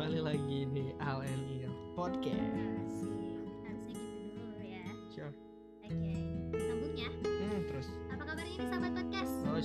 kembali lagi di LNI Podcast. Asik, harusnya gitu dulu ya. Sure. Oke, sambung ya. Terus. Apa kabarnya nih sahabat podcast? Oh,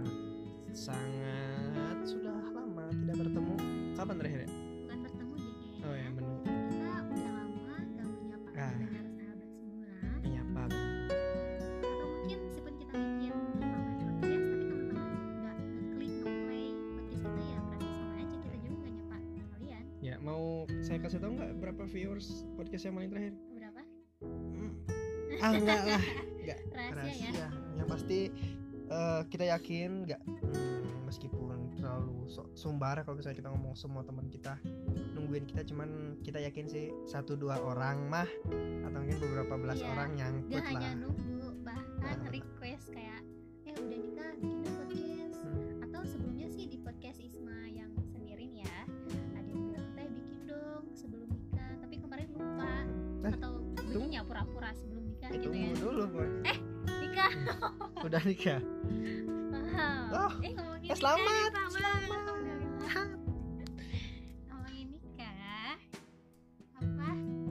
sangat sudah lama tidak bertemu. Kapan terakhir ya? Bukan bertemu deh kayaknya. Oh ya, benar. Kita udah lama gak menyapa pendengar sahabat semua. Menyapa. Atau mungkin meskipun kita bikin podcast, tapi teman-teman gak ngeklik nge-play podcast kita ya berarti sama aja kita juga gak nyapa kalian. Ya, mau saya kasih tahu nggak berapa viewers podcast yang paling terakhir? Berapa? Enggak lah. Enggak. Rahasia ya. Yang pasti kita yakin nggak meskipun terlalu sumbar kalau misalnya kita ngomong semua teman kita nungguin kita, cuman kita yakin sih 1-2 orang mah atau mungkin beberapa belas orang nyangkut Gak lah. hanya nunggu, bahkan request kayak udah nikah bikin dong podcast. Atau sebelumnya sih di podcast Isma yang sendiri nih ya, ada yang bilang teh bikin dong sebelum nikah, tapi kemarin lupa atau bikinnya pura-pura sebelum nikah gitu ya. Tunggu dulu boy. Nikah. Udah nikah. Wow. Ngomongin selamat. nikah nih, Pak. Alhamdulillah. Ngomongin nikah apa?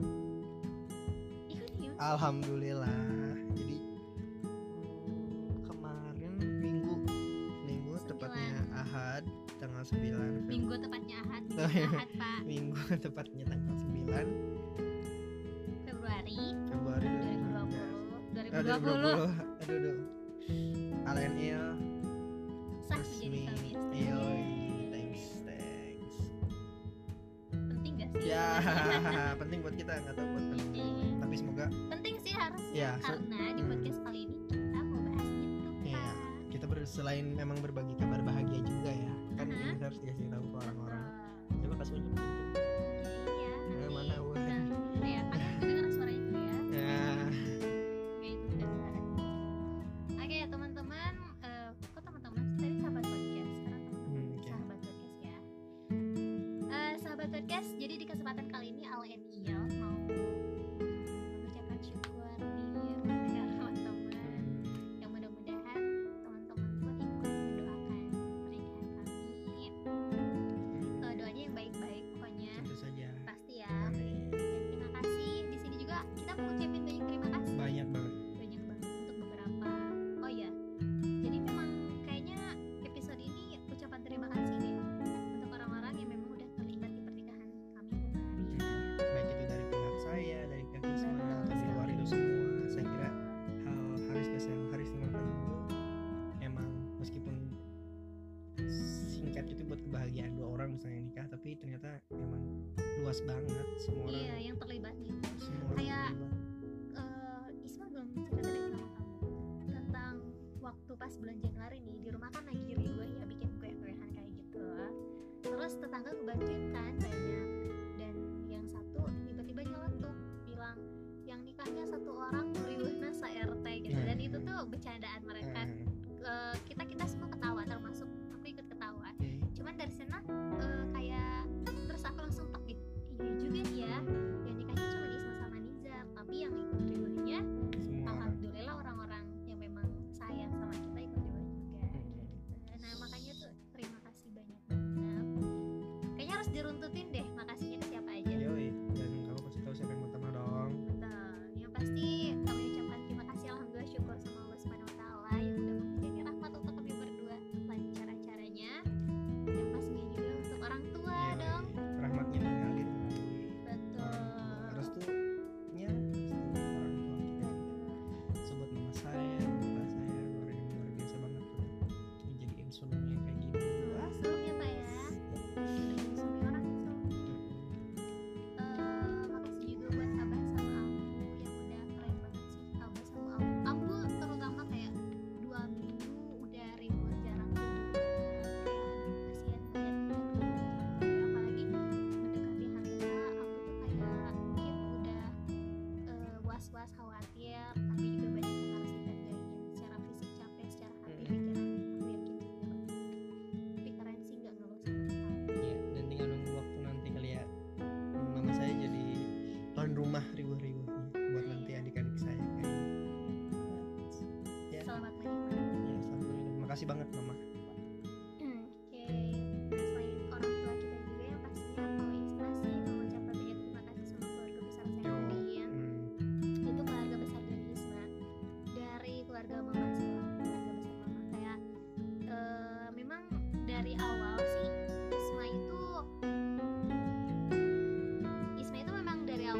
Ikut yuk. Alhamdulillah. Jadi kemarin minggu tepatnya Ahad tanggal 9 Minggu tepatnya Ahad, Oh, iya. Ahad Pak. Minggu tepatnya tanggal 9 Februari 2020. 2020 Aduh. LNL sah resmi. menjadi kami. Yoi, thanks. Penting gak sih? Ya, penting buat kita, nggak tahu buat penting. Tapi semoga Penting sih harusnya Ya, karena di podcast kali ini kita mau bahas itu ya, Pak. kita selain memang berbagi kabar bahagia juga ya. Kan ini kita harus dikasih tahu ke orang-orang. Coba kasih unjuk. Iya. Mana, woy? Ya, kan dengar suaranya dulu ya. Ya. Kayak itu udah. Oke, teman-teman, kok teman-teman sih? Tadi sahabat podcast, sekarang teman-teman Oke. sahabat podcast ya. Sahabat podcast, jadi di kesempatan kali ini LNIL mau mengucapkan syukur nih kepada teman-teman yang mudah-mudahan teman-teman pun ikut mendoakan pernikahan kami. Doanya yang baik-baik pokoknya, Tentu saja. pasti ya. Amin. Dan terima kasih. Di sini juga kita mau ucapin banyak terima kasih. Banyak banget. Banyak banget untuk beberapa. Oh ya, jadi memang kayaknya episode ini ucapan terima kasih deh untuk orang-orang yang memang udah terlibat di pernikahan kami kemarin. Baik itu dari pihak saya, dari pihak Isma, atau di luar itu semua. Saya kira hal hari spesial hari dengan itu emang meskipun singkat itu buat kebahagiaan 2 orang misalnya nikah, tapi ternyata emang luas banget semua orang. Iya, yang terlibat nih. Semua orang Kayak- terlibat. Isma belum cerita tadi sama kamu tentang waktu pas bulan Januari nih di rumah kan lagi riuh ya bikin kue-kuean kayak gitu. Terus tetangga ngebantuin kan banyak, dan yang satu tiba-tiba nyeletuk bilang yang nikahnya 1 orang riuhna se-RT gitu. Dan itu tuh bercandaan mereka. Kita semua ketawa, termasuk aku ikut ketawa. Cuman dari sana kayak terus aku langsung tek gitu. Iya juga nih ya, yang nikahnya cuma Isma sama Nizar, tapi yang ikut riuhnya Semua orang. alhamdulillah orang-orang yang memang sayang sama kita ikut riuh juga gitu. Nah makanya tuh terima kasih banyak banget. Kayaknya harus diruntutin deh makasihnya ke siapa aja. Yoi, dan kamu kasih tahu siapa yang pertama dong. Betul. Yang pasti kami ucapkan terima kasih, alhamdulillah, syukur sama Allah Subhanahu wa taala yang udah menjadi rahmat untuk kami berdua lancar acaranya. Dan pastinya juga untuk orang tua Yoi, dong. rahmatnya mengalir melalui Betul. restunya orang tua kita juga. Sobat mama saya, bapak saya, orang yang luar biasa banget tuh dijadiin suaminya kayak gini. Wah, Sebelum ya Pak ya. Suami orang itu. Makasih juga buat Abah sama Ambu yang udah keren banget sih. Abah sama Ambu terutama kayak 2 minggu udah ribuan jarang tidur. Kayak kasihan banget apalagi mendekati hari tua. Ambu tuh kayak mungkin udah was-was khawatir, tapi juga banyak yang harus dihargain secara fisik capek, secara hati pikiran aku yakin juga banget. Tapi keren sih, nggak ngeluh sama sekali. ya, dan tinggal nunggu waktu nanti kali ya. Mama saya jadi tuan rumah riuh-riuhnya buat nanti adik-adik saya kayak. Ya, Selamat menikmati. ya, sampai terima kasih banget mama. Oke, nah selain orang tua kita juga yang pastinya kalau Isma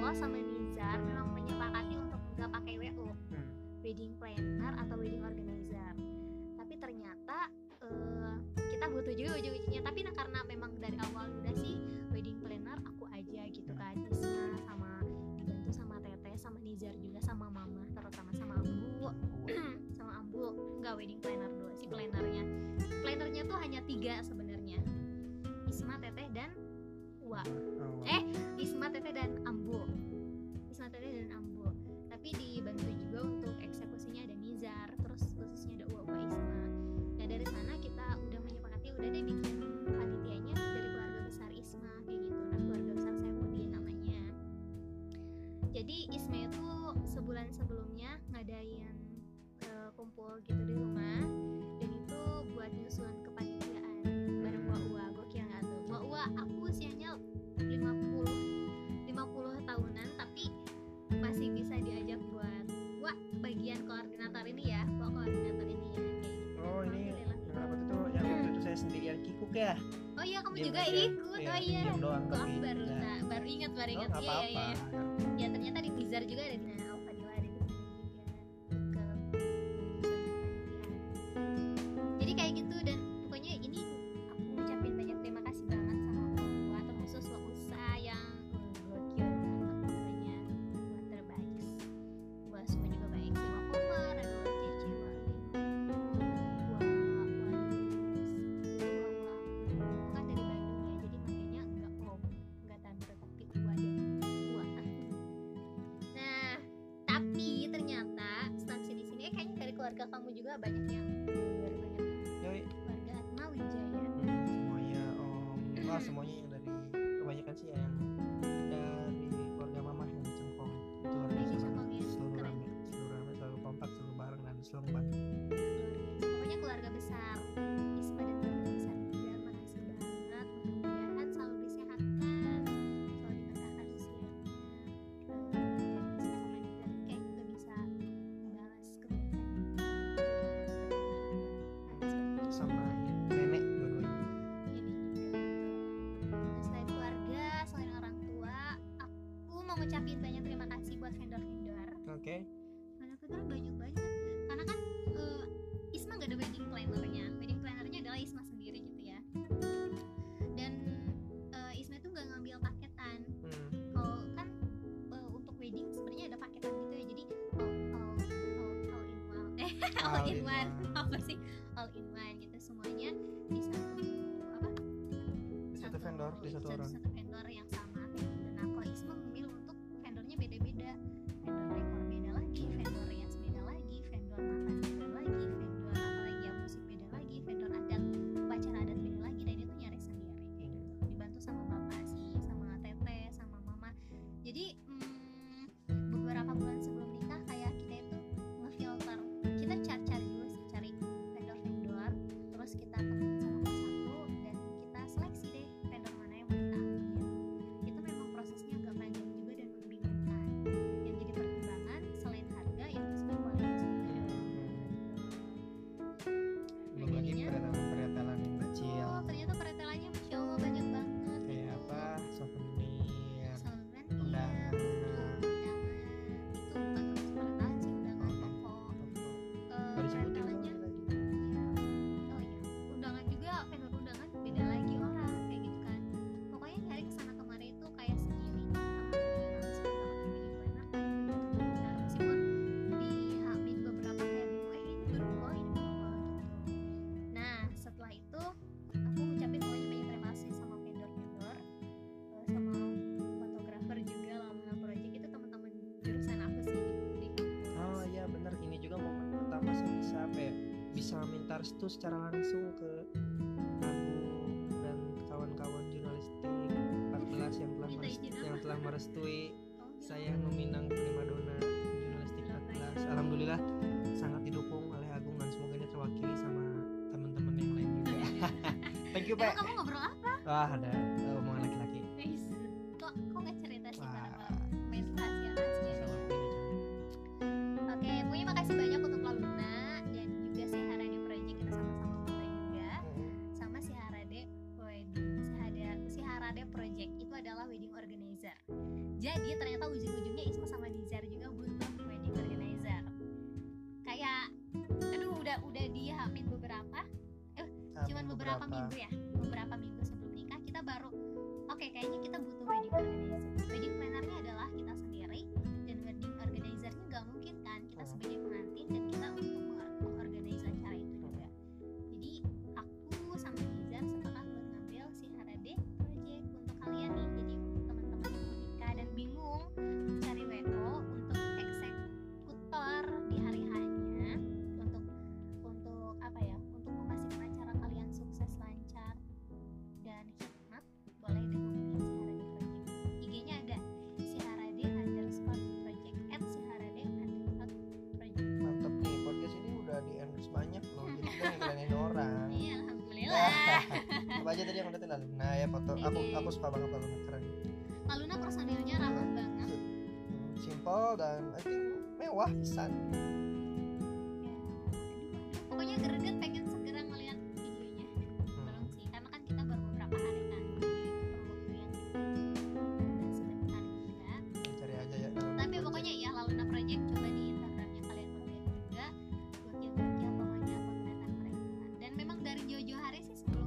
sama Nizar memang menyepakati untuk nggak pakai WO, wedding planner atau wedding organizer. Tapi ternyata kita butuh juga ujung-ujungnya. Tapi karena memang dari awal udah sih wedding planner aku aja gitu kan, Isma sama dibantu sama Teteh sama Nizar juga sama Mama, terutama sama Ambu. Sama Ambu nggak wedding planner dulu sih, plannernya tuh hanya 3 sebenarnya, Isma, Teteh, dan Wa. Isma, Teteh, dan Ambu. Tapi dibantu juga untuk eksekusinya ada Nizar, terus khususnya ada Wa Isma. Nah dari sana kita udah menyepakati udah deh bikin panitianya dari keluarga besar Isma kayak gitu. Nah keluarga besar Saifuddin namanya. Jadi Isma itu sebulan sebelumnya ngadain kumpul gitu di rumah, dan itu buat nyusun kepanitiaan bareng Wa. Gokil nggak tuh? Wa aku usianya 50 tahunan tapi masih bisa diajak buat bagian koordinator ini ya, koordinator ini ya kayak gitu. Oh ini apa tuh yang waktu itu saya sendirian kikuk ya? Oh iya kamu Diam juga aja. ikut. Iya, Oh iya. diam doang Kok aku tapi baru ya. baru ingat Oh, nggak Iya. apa-apa. Ya ternyata di Nizar juga ada, di Al-Fadila ada di sana juga ke kepanitiaan. Jadi kayak gitu, dan pokoknya ini aku ucapin banyak terima kasih banget sama orang tua, terkhusus Wa Usa yang gokil banget pokoknya, buat terbaik. Wa semua juga baik sih, Wa Komar, ada Wa Cece, Wa Lima, Wa kan dari Bandung ya, jadi makanya enggak om, enggak tante, tapi Wa dan Wa. Nah, tapi ternyata setelah di sini kayaknya dari keluarga kamu juga banyak yang dari banyak Yoi. keluarga Atma Wijaya. Semuanya semuanya yang dari kebanyakan sih yang dari keluarga mama yang di Cengkong itu luar Di biasa Cengkong banget. ya, Selalu keren. rame, selalu kompak, selalu bareng dan selalu membantu. Pokoknya keluarga besar Isma dan keluarga besar juga, makasih banget, mudah-mudahan selalu disehatkan, selalu dibesarkan usianya, dan Isma sama Nizar kayak juga bisa membalas kebaikan Sama nenek dua-duanya. ini juga. Nah, selain keluarga, selain orang tua, aku mau ngucapin banyak terima kasih buat vendor-vendor. Oke. Vendor-vendor banyak banget, karena kan Isma gak ada wedding plannernya adalah Isma sendiri gitu ya. Dan Isma itu gak ngambil paketan. Kalau kan untuk wedding sebenarnya ada paketan gitu ya, jadi all in one apa sih, all in one gitu, semuanya di satu Satu vendor, di satu orang. satu vendor yang sama kayak gitu. Nah kalau Isma memilih untuk vendornya beda-beda, vendor dekor beda lagi, vendor rias beda lagi, vendor makan beda lagi, vendor apalagi ya, musik beda lagi, vendor adat, upacara adat beda lagi, dan itu nyari sendiri kayak gitu, dibantu sama bapak sih, sama Teteh, sama Mama. Jadi beberapa bulan sebelum nikah kayak kita itu ngefilter, kita cari dulu sih, cari vendor-vendor, terus kita temuin sama satu dan kita seleksi deh vendor mana yang mau kita ambil. Itu memang prosesnya agak panjang juga dan membingungkan. Yang jadi pertimbangan selain harga ya pasti kualitas juga. Belum lagi peretalan yang kecil. Oh ternyata peretelannya masya Allah banyak banget. Kayak gitu. apa? Souvenir. Souvenir, Undangan. itu bukan termasuk peretelan sih, undangan toko. Gak disebutin Peretelannya namanya lagi. oh iya, undangan juga, vendor undangan beda lagi orang kayak gitu kan. Pokoknya nyari kesana kemari itu kayak sendiri. Meskipun di Hamin beberapa kayak ini baru gitu. Nah setelah itu aku ngucapin pokoknya banyak terima kasih sama vendor-vendor, sama fotografer juga, Lama Project itu teman-teman jurusan aku sih di kampus. Oh iya benar, ini juga momen pertama saya bisa bisa minta restu secara langsung ke aku dan kawan-kawan jurnalistik 14 yang Minta izin apa? telah merestui Oh, saya meminang primadona jurnalistik 14. Alhamdulillah sangat didukung oleh Agung dan semoga ini terwakili sama teman-teman yang lain juga. Thank you, Emang Pak. kamu ngobrol apa? Wah, ada omongan laki-laki. Guys, kok nggak cerita sih Wah. para main rahasia-rahasia Sama nih? punya channel. Oke, pokoknya makasih banyak untuk Laluna dan juga si Harade Project, kita sama-sama mulai juga sama si Harade Wedding, si Harade Project itu adalah wedding organizer. Jadi ternyata ujung-ujungnya Isma sama Nizar juga butuh wedding organizer. Kayak aduh udah di Hamid cuman beberapa minggu ya, beberapa minggu sebelum nikah kita baru oke, kayaknya kita butuh wedding organizer. Wedding plannernya adalah kita sendiri, dan wedding organizernya nggak mungkin kan kita sebagai pengantin dan kita untuk mengorganize acara itu juga. Jadi aku sama Nizar sepakat buat ngambil si Harade project untuk kalian nih. Jadi teman-teman yang mau nikah dan bingung cari WO untuk eksekutor di hari hanya untuk apa ya, untuk memastikan acara kalian sukses lancar dan hikmat, boleh deh hubungin si Harade Project. IG-nya ada siharade_project @siharade_project. Mantap nih, podcast ini udah di endorse banyak loh. Jadi kita ngikhlanin orang. Iya, alhamdulillah. Apa aja tadi yang udah telan? Nah ya foto, aku suka banget Luna, keren. Luna personilnya ramah banget. Simple dan I think mewah pisan. Pokoknya greget pengen segera ngeliat videonya. Belum sih, karena kan kita baru beberapa hari kan. Jadi itu perlu waktu yang dan sebentar juga. Cari aja ya. Tapi pokoknya ya Luna Project, coba di Instagramnya kalian boleh lihat juga. Gokil pokoknya pembuatan mereka. Dan memang dari jauh-jauh hari sih sebelum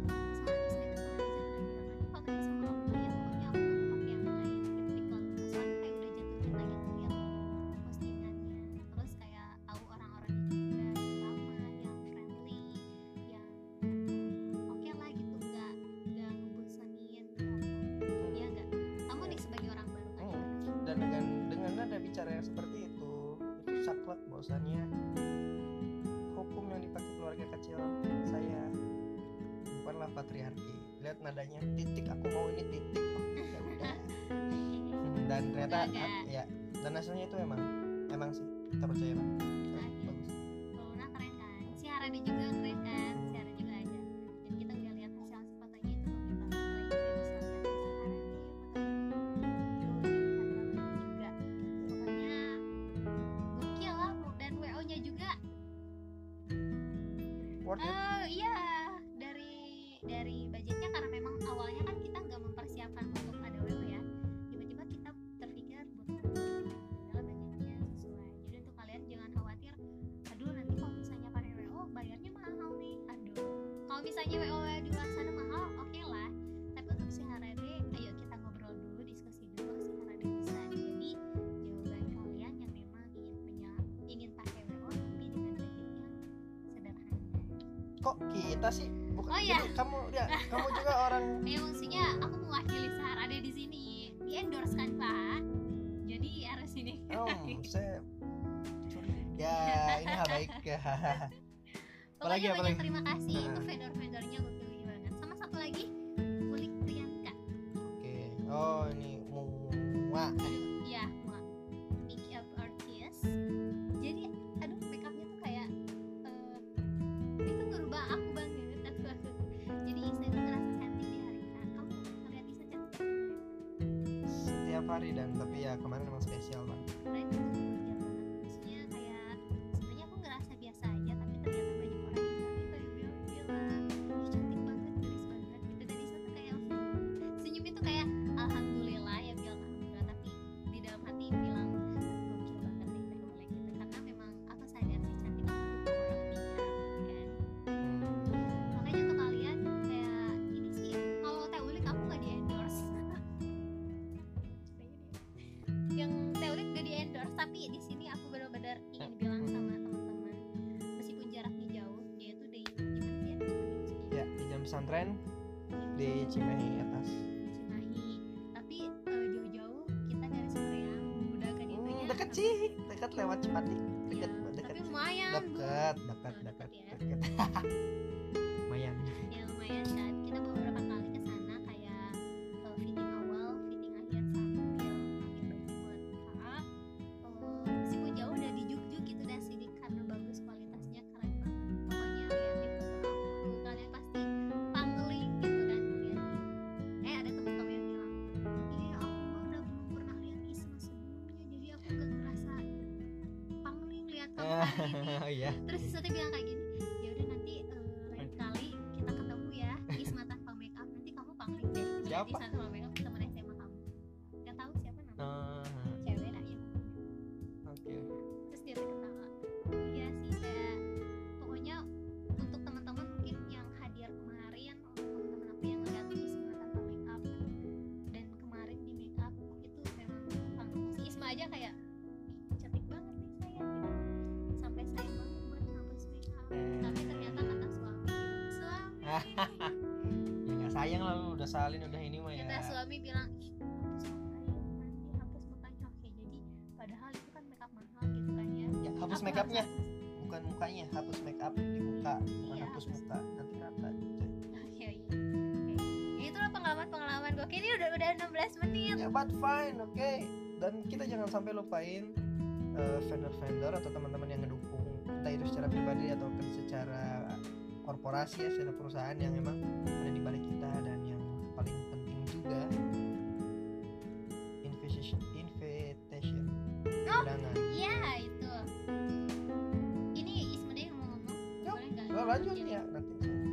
fotonya sama lihat pokoknya aku nggak pakai yang lain tipikal gitu. Soalnya kayak udah jatuh cinta gitu lihat postingannya. Terus kayak tahu orang-orangnya juga yang ramah, yang friendly, yang oke lah gitu, nggak ngebosanin ya nggak. Kamu nih sebagai orang baru kan Dan dengan nada bicara yang seperti itu saklek bahwasannya hukum yang dipakai keluarga kecil saya bukanlah patriarki. Lihat nadanya, titik, aku mau ini titik. Oh, ya udah. Dan ternyata ya, dan hasilnya itu emang sih kita percaya Bang. Bagus. Luna keren kan, si Harade juga keren kan, si Harade juga ada. Dan kita udah lihat hasil fotonya itu gokil banget. Kalian bisa lihat Instagramnya juga. Pokoknya gokil lah, dan WO-nya juga. Worth it. Iya, dari budgetnya, karena memang awalnya kan kita nggak mempersiapkan untuk ada WO ya. Tiba-tiba kita terpikir butuh budgetnya sesuai. Jadi untuk kalian jangan khawatir, aduh nanti kalau misalnya pakai WO bayarnya mahal nih. Aduh, kalau misalnya WO di luar sana mahal, oke lah. Tapi untuk si Harade, ayo kita ngobrol dulu, diskusi dulu, si Harade bisa jadi jawaban kalian yang memang ingin pakai WO tapi dengan budget yang sederhana. Kok kita sih? Bukan. Oh iya. Kamu juga orang. Ya maksudnya aku mewakili Harade di sini, di endorse kan Pak. Jadi harus ini. Saya curiga ini hal baik ya. Pokoknya Apalagi? banyak terima kasih itu vendor-vendornya gokil banget. Sama satu lagi Kulik Priyanka. Oke. Oh ini Mua. Iya, Mua. Makeup artist. Jadi aduh makeupnya tuh kayak itu ngerubah aku banget. Jadi Isa itu ngerasa cantik di hari H. Kamu ngeliat Isa cantik Setiap hari tapi ya kemarin emang spesial banget. keren gitu, gokil banget. Maksudnya kayak sebenarnya aku ngerasa biasa aja, tapi ternyata banyak orang yang bilang itu yang bilang ih cantik banget, gelis banget gitu. Dan Isa tuh kayak senyum itu kayak alhamdulillah ya, bilang alhamdulillah, tapi di dalam hati bilang gokil banget nih Teh Ulek gitu. Karena memang aku sadar sih cantik aku di power of makeup kan. Makanya untuk kalian kayak ini sih, kalau Teh Ulek aku nggak di endorse yang Teh Ulek gak di endorse, tapi di sini aku benar-benar ingin bilang sama teman-teman, meskipun jaraknya jauh, dia tuh di gimana sih ya, Ya di jam pesantren di Cimahi atas. di Cimahi, tapi jauh-jauh kita dari Soreang udah kan itu ya Deket sih, dekat lewat Cipatik. ya, Dekat. tapi lumayan Dekat. deket ya. Lumayan. Ya lumayan kan, kita beberapa kali ke sana kayak fitting awal, fitting akhir sambil ngambil baju buat kakak. Meskipun jauh udah di Jogja gitu dan sini karena bagus kualitasnya keren banget. Pokoknya lihat di foto aku, kalian pasti pangling gitu kan lihat. Ada temen kamu yang bilang, iya aku mah udah belum pernah lihat Isma sebelumnya, jadi aku gak ngerasa pangling lihat kamu hari ini. Oh iya. Terus Isma bilang kayak gini, ya udah nanti lain kali kita ketemu ya, Isma tanpa make up, nanti kamu pangling deh. Siapa? Isma tanpa make up teman SMA kamu. Gak tahu siapa namanya. aja kayak cantik banget nih saya gitu. Sampai sayang banget buat hapus make up. Tapi ternyata kata suami Ya nggak sayang lah, lu udah salin udah ini mah ya. kata suami bilang ih hapus ngapain, nanti hapus mukanya. Oke, jadi padahal itu kan make up mahal gitu kan ya. Ya, hapus Aku make upnya, harus hapus. bukan mukanya, hapus make up di muka, bukan Iya, hapus hapus. muka. Nanti rata. Oke, ya itulah pengalaman gue. Ini udah 16 menit. Ya, but fine, oke. Dan kita jangan sampai lupain vendor-vendor atau teman-teman yang ngedukung, entah itu secara pribadi atau secara korporasi ya, secara perusahaan yang memang ada di balik kita. Dan yang paling penting juga invitation Oh, undangan. iya itu. Ini Isma deh yang mau ngomong. Ya, Boleh nggak? Lo lanjut ya nanti.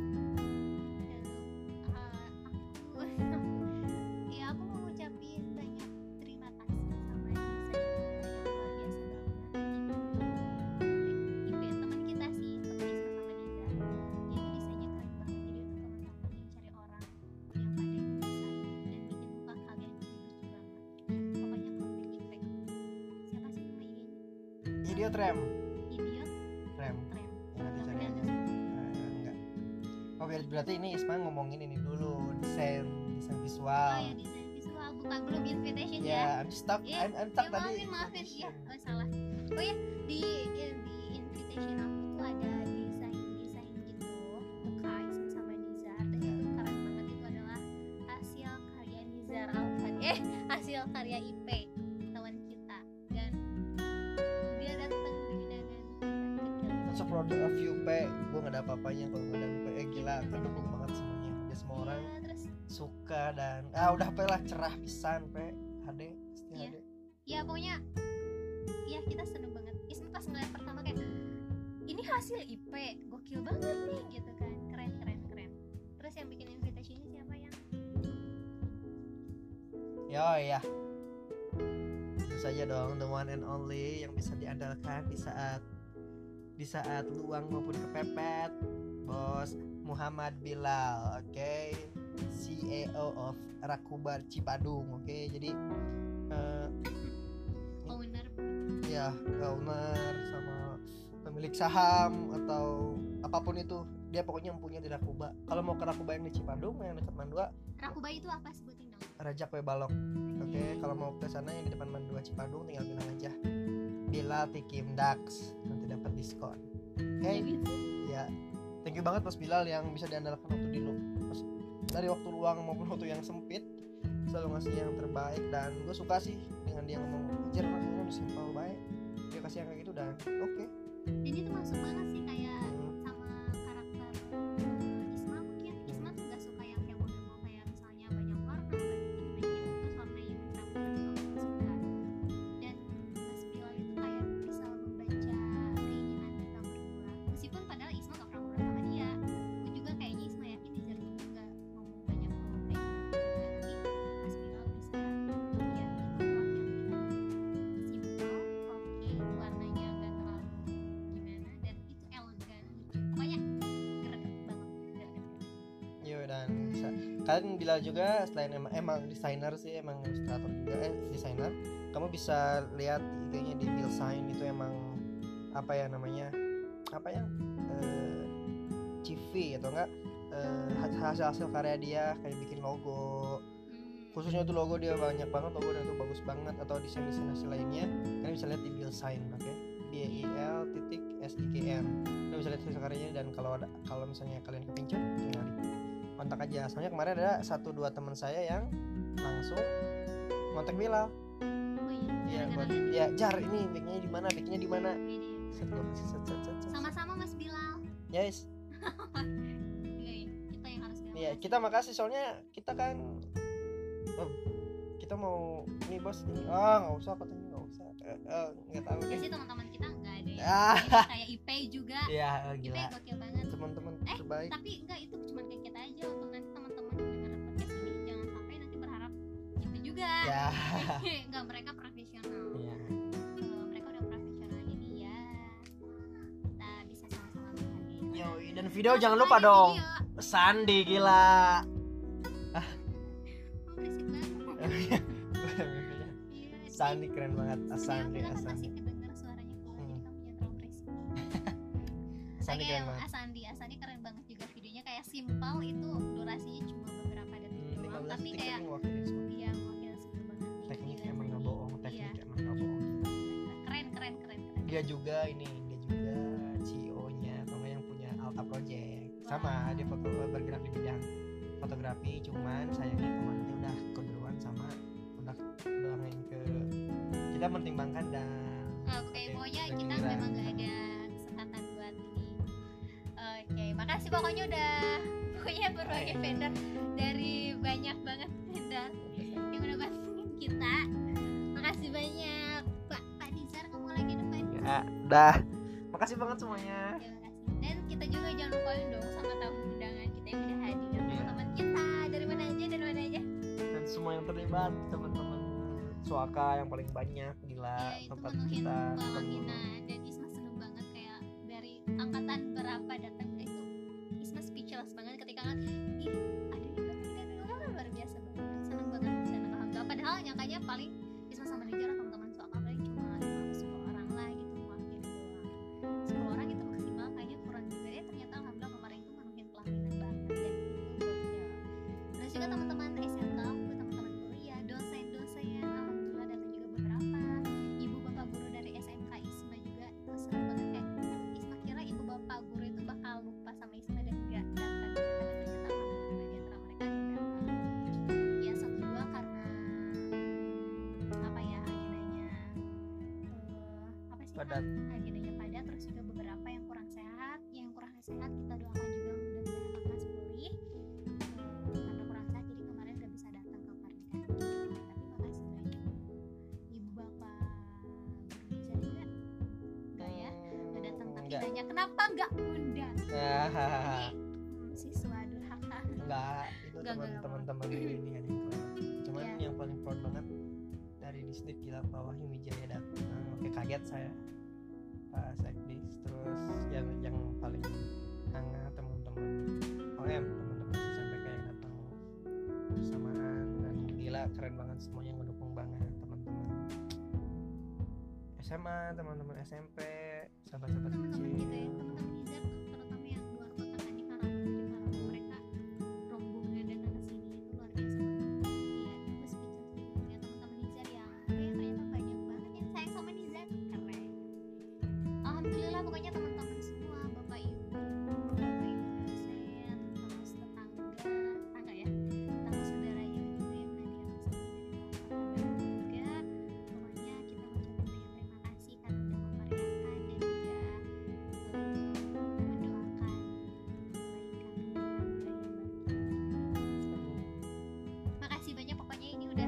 Aku ya aku mau ngucapin banyak terima kasih sama desainer yang luar biasa banget. IP teman kita sih, teman Isma sama Niza. Dia tuh desainnya keren banget. Jadi untuk teman-teman yang cari orang yang pandai desain dan bikin muka kalian itu lucu banget. Pokoknya kontak Impact. Siapa sih nama IG-nya? Idiot Rem. Idiot Rem. Rem. Ya, nanti cari Kemudian aja. Enggak. Oh, berarti ini Isma ngomongin ini dulu, desain visual. oh ya desain visual, bukan belum invitation ya. Ya, I'm stuck. Iya, I'm stuck ya, tadi. maafin ya, invitation. salah. Oh ya, di invitation aku tuh ada desain gitu muka Isma sama Nizar, dan itu keren banget. Itu adalah hasil karya Nizar Alfan, hasil karya IP teman kita, dan dia datang dengan kecil. It's a product of you, Pe. Gue gak ada apa-apanya kalau gak ada lu, Pe. Gila, kedukung banget semuanya. Dia semua orang Iya, terus suka dan udah Pe lah, cerah pisan, Pe. HD, pasti Iya. HD. ya pokoknya ya kita seneng banget. Isma pas ngeliat pertama kayak ini hasil IP, gokil banget nih gitu kan, keren. Terus yang bikin invitation ini siapa yang Yo ya. Itu saja dong, the one and only yang bisa diandalkan di saat luang maupun kepepet, Bos Muhammad Bilal, oke? CEO of Rakubar Cipadung, oke? Jadi owner? ya owner sama pemilik saham atau apapun itu, dia pokoknya mempunyai di Rakuba. Kalau mau ke Rakuba yang di Cipadung, yang dekat Mandua, Rakuba itu apa, sebutin dong. Rajak We Balok. Oke, kalau mau ke sana yang di depan Mandua Cipadung, tinggal bilang aja Bilal Tikim Dax, nanti dapat diskon. Oke, Gitu. ya. Thank you banget Mas Bilal yang bisa diandalkan waktu dari waktu luang maupun waktu yang sempit, selalu ngasih yang terbaik. Dan gue suka sih dengan dia ngomong anjir rasanya udah simpel baik, dia kasih yang kayak gitu dan oke. Jadi itu masuk banget sih kayak sama karakter Isma mungkin. Isma tuh gak suka yang heboh-heboh kayak misalnya banyak warna, banyak ini, terus warna yang rambut aku gak suka. Dan Mas Bilal itu kayak bisa membaca keinginan kita berdua, meskipun padahal Isma gak pernah ngobrol sama dia. Aku juga kayaknya Isma yakin Nizar juga gak ngomong banyak ngomong kayak gitu. Nanti Mas Bilal bisa ya itu wakil kita simple, oke, warnanya gak terlalu gimana, dan itu elegan, lucu. Pokoknya greget banget, greget. Yo, dan bisa kalian Bilal juga selain emang desainer sih, emang ilustrator juga, desainer. Kamu bisa lihat di IG-nya di Billsign, itu emang apa ya namanya, apa ya, CV atau enggak, hasil karya dia kayak bikin logo, khususnya itu logo dia banyak banget, logo dan itu bagus banget, atau desain hasil lainnya kalian bisa lihat di Billsign, oke? BIL.SIGN. Kalian bisa lihat hasil karyanya, dan kalau misalnya kalian kepincut tinggal kontak aja. Soalnya kemarin ada 1-2 teman saya yang langsung kontak Bilal. Oh Ya, iya, buat gara-gara ya jar ini bikinnya di mana? ini. Set gua kasih set. Sama-sama Mas Bilal. Yes. Iya, kita yang harus bilang Iya, makasih. kita makasih soalnya kita kan kita mau ini bos ini. Nggak usah katanya, nggak usah. Nggak tahu Ya deh. sih teman-teman kita nggak ada yang Ah. ini kayak IP juga. Iya, IP gila. gokil banget. Teman-teman terbaik. Tapi enggak, itu cuma kayak kita aja. Untuk nanti teman-teman yang dengar podcast ini jangan sampai nanti berharap gitu juga. Ya. Enggak, mereka profesional. Iya. Mereka udah profesional, jadi ya kita bisa sama-sama menghargai. Yoi, dan video jangan Langsung lupa aja dong. video. Sandi gila. Oh, berisik banget. Iya, Sandi keren banget. Asandi, Kita kan masih Asandi. kedengar suaranya keluar, jadi kamu jangan terlalu berisik. Asandi Oke, keren banget. Asandi keren banget juga videonya, kayak simpel itu durasinya cuma beberapa detik doang, 15 tapi detik kayak tapi ngewakilin semua. dia mewakili skill banget. Teknik Gila, emang Sandi. nggak bohong, Iya, teknik emang nggak bohong. keren. Dia juga CEO-nya atau nggak yang punya Alta Project. Sama dia bergerak di bidang fotografi, cuman sayangnya kemarin dia udah keduluan sama udah main ke, kita mempertimbangkan dan Oke, pokoknya udah kita giliran. memang gak ada kesempatan buat ini. Oke, makasih pokoknya berbagi vendor dari banyak banget vendor yang udah bantuin kita. Makasih banyak Pak Nizar, ngomong lagi depan. Ya, dah. Makasih banget semuanya. Terima kasih. Dan kita juga jangan lupain dong sama tamu undangan kita yang udah hadir, Iya. teman-teman kita dari mana aja. Dan semua yang terlibat, teman-teman Suaka yang paling banyak, gila Ya, itu tempat menuhin kita Wamangina, dan Isma seneng banget kayak dari angkatan berapa datang itu. Isma speechless banget ketika kan ih ada yang datang luar biasa banget, seneng banget bisa alhamdulillah. Padahal nyangkanya paling Isma sama Rizal atau teman-teman Suaka paling cuma 5-10 orang lah gitu, mewakili doang 10 orang itu maksimal, kayaknya kurang juga. Ternyata alhamdulillah kemarin itu menuhin pelaminan banget, dan itu gokil. Terus juga teman-teman SMK, teman-teman kuliah, dosen-dosen, alhamdulillah datang juga beberapa. Ibu bapak guru dari SMK Isma juga itu seneng banget, kayak Isma kira ibu bapak guru itu bakal lupa sama Isma dan gak datang, tapi ternyata alhamdulillah di antara mereka ada yang datang. Ya satu dua karena apa ya, agendanya apa sih padat. agendanya padat, terus juga beberapa yang kurang sehat. Yang kurang sehat kita doakan juga mudah-mudahan lekas pulih. Karena kurang sehat jadi kemarin gak bisa datang ke pernikahan kita. Tapi makasih banyak ibu bapak guru bisa juga enggak ya, udah datang, tapi Enggak. nanya kenapa nggak undang. Ah, Ini siswa durhaka. enggak, itu Enggak, teman-teman gue ini ada yang proud. Cuman Iya. yang paling proud banget dari Disney, gila bahwa Wijaya datang. Oke, kaget saya pas Ekdis. Terus yang paling hangat teman-teman OM, teman-teman sampai kayak datang bersamaan, dan gila keren banget semuanya ngedukung banget, teman-teman SMA, teman-teman SMP, sahabat-sahabat kecil. Gitu ya, teman-teman Nizar tuh terutama yang luar kota kan di Karawang, dari Karawang mereka rombongan datang ke sini itu luar biasa banget. Iya, gue speechless juga ngeliat teman-teman Nizar yang ternyata banyak banget yang sayang sama Nizar, keren. Alhamdulillah pokoknya teman-teman semua, bapak ibu dosen, terus tetangga ya, tetangga saudara juga yang hadir di sini dari luar kota juga. Pokoknya kita mengucapkan banyak terima kasih karena udah memeriahkan dan juga mendoakan kebaikan yang baru. Makasih banyak, pokoknya ini udah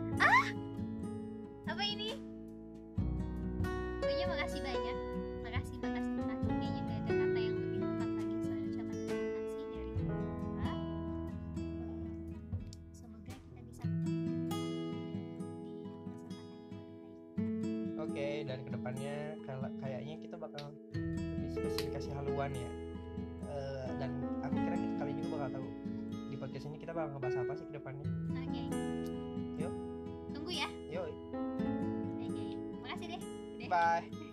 apa ini? Pokoknya makasih banyak. Makasih. Kayaknya gak ada kata yang lebih tepat lagi selain ucapan terima kasih dari kita. Semoga kita bisa ketemu di kesempatan yang lebih baik. Oke, dan kedepannya kayaknya kita bakal lebih spesifikasi haluan ya. Dan aku kira kita kali juga bakal tahu di podcast ini kita bakal ngebahas apa sih kedepannya. Oke. Yuk. Tunggu ya. Yoi, Oke. Makasih deh. Udah. bye.